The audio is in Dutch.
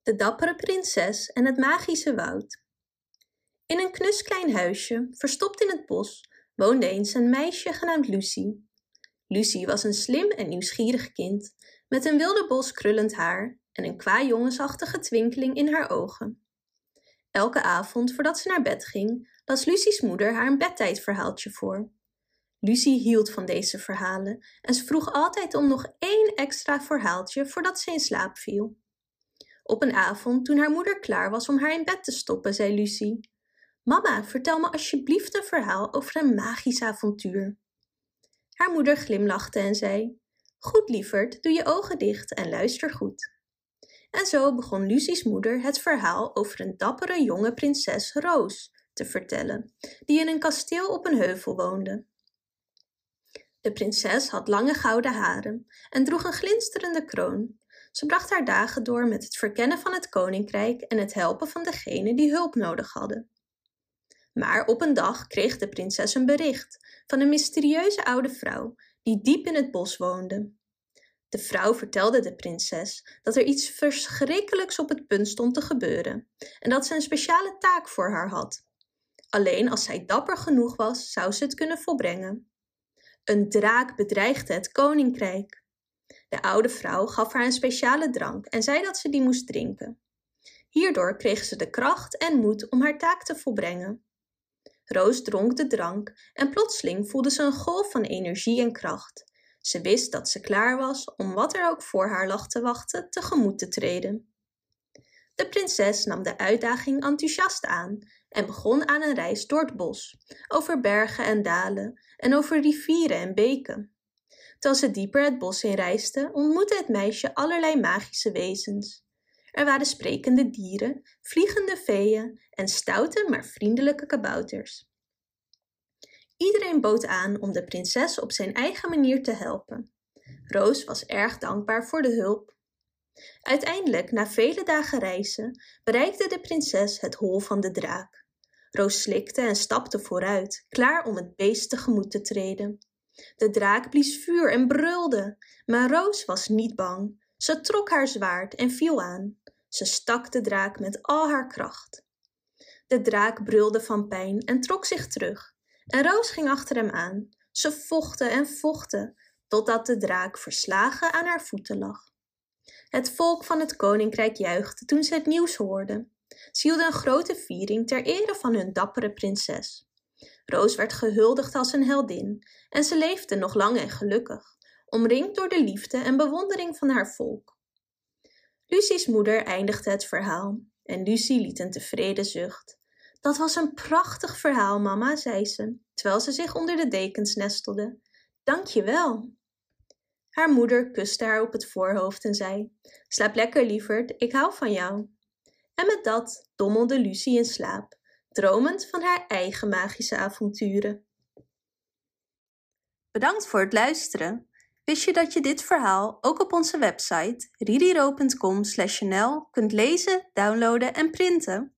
De dappere prinses en het magische woud. In een knusklein huisje, verstopt in het bos, woonde eens een meisje genaamd Lucie. Lucie was een slim en nieuwsgierig kind, met een wilde krullend haar en een kwajongensachtige twinkeling in haar ogen. Elke avond voordat ze naar bed ging, las Lucie's moeder haar een bedtijdverhaaltje voor. Lucie hield van deze verhalen en ze vroeg altijd om nog 1 extra verhaaltje voordat ze in slaap viel. Op een avond, toen haar moeder klaar was om haar in bed te stoppen, zei Lucie: "Mama, vertel me alsjeblieft een verhaal over een magisch avontuur." Haar moeder glimlachte en zei: "Goed, lieverd, doe je ogen dicht en luister goed." En zo begon Lucie's moeder het verhaal over een dappere jonge prinses Roos te vertellen, die in een kasteel op een heuvel woonde. De prinses had lange gouden haren en droeg een glinsterende kroon. Ze bracht haar dagen door met het verkennen van het koninkrijk en het helpen van degenen die hulp nodig hadden. Maar op een dag kreeg de prinses een bericht van een mysterieuze oude vrouw die diep in het bos woonde. De vrouw vertelde de prinses dat er iets verschrikkelijks op het punt stond te gebeuren en dat ze een speciale taak voor haar had. Alleen als zij dapper genoeg was, zou ze het kunnen volbrengen. Een draak bedreigde het koninkrijk. De oude vrouw gaf haar een speciale drank en zei dat ze die moest drinken. Hierdoor kreeg ze de kracht en moed om haar taak te volbrengen. Roos dronk de drank en plotseling voelde ze een golf van energie en kracht. Ze wist dat ze klaar was om wat er ook voor haar lag te wachten tegemoet te treden. De prinses nam de uitdaging enthousiast aan en begon aan een reis door het bos, over bergen en dalen en over rivieren en beken. Terwijl ze dieper het bos in reisde, ontmoette het meisje allerlei magische wezens. Er waren sprekende dieren, vliegende veeën en stoute maar vriendelijke kabouters. Iedereen bood aan om de prinses op zijn eigen manier te helpen. Roos was erg dankbaar voor de hulp. Uiteindelijk, na vele dagen reizen, bereikte de prinses het hol van de draak. Roos slikte en stapte vooruit, klaar om het beest tegemoet te treden. De draak blies vuur en brulde, maar Roos was niet bang. Ze trok haar zwaard en viel aan. Ze stak de draak met al haar kracht. De draak brulde van pijn en trok zich terug. En Roos ging achter hem aan. Ze vochten en vochten, totdat de draak verslagen aan haar voeten lag. Het volk van het koninkrijk juichte toen ze het nieuws hoorden. Ze hielden een grote viering ter ere van hun dappere prinses. Roos werd gehuldigd als een heldin en ze leefde nog lang en gelukkig, omringd door de liefde en bewondering van haar volk. Lucie's moeder eindigde het verhaal en Lucie liet een tevreden zucht. "Dat was een prachtig verhaal, mama," zei ze, terwijl ze zich onder de dekens nestelde. "Dank je wel." Haar moeder kuste haar op het voorhoofd en zei: "Slaap lekker, lieverd, ik hou van jou." En met dat dommelde Lucie in slaap, dromend van haar eigen magische avonturen. Bedankt voor het luisteren. Wist je dat je dit verhaal ook op onze website ririro.com/nl kunt lezen, downloaden en printen?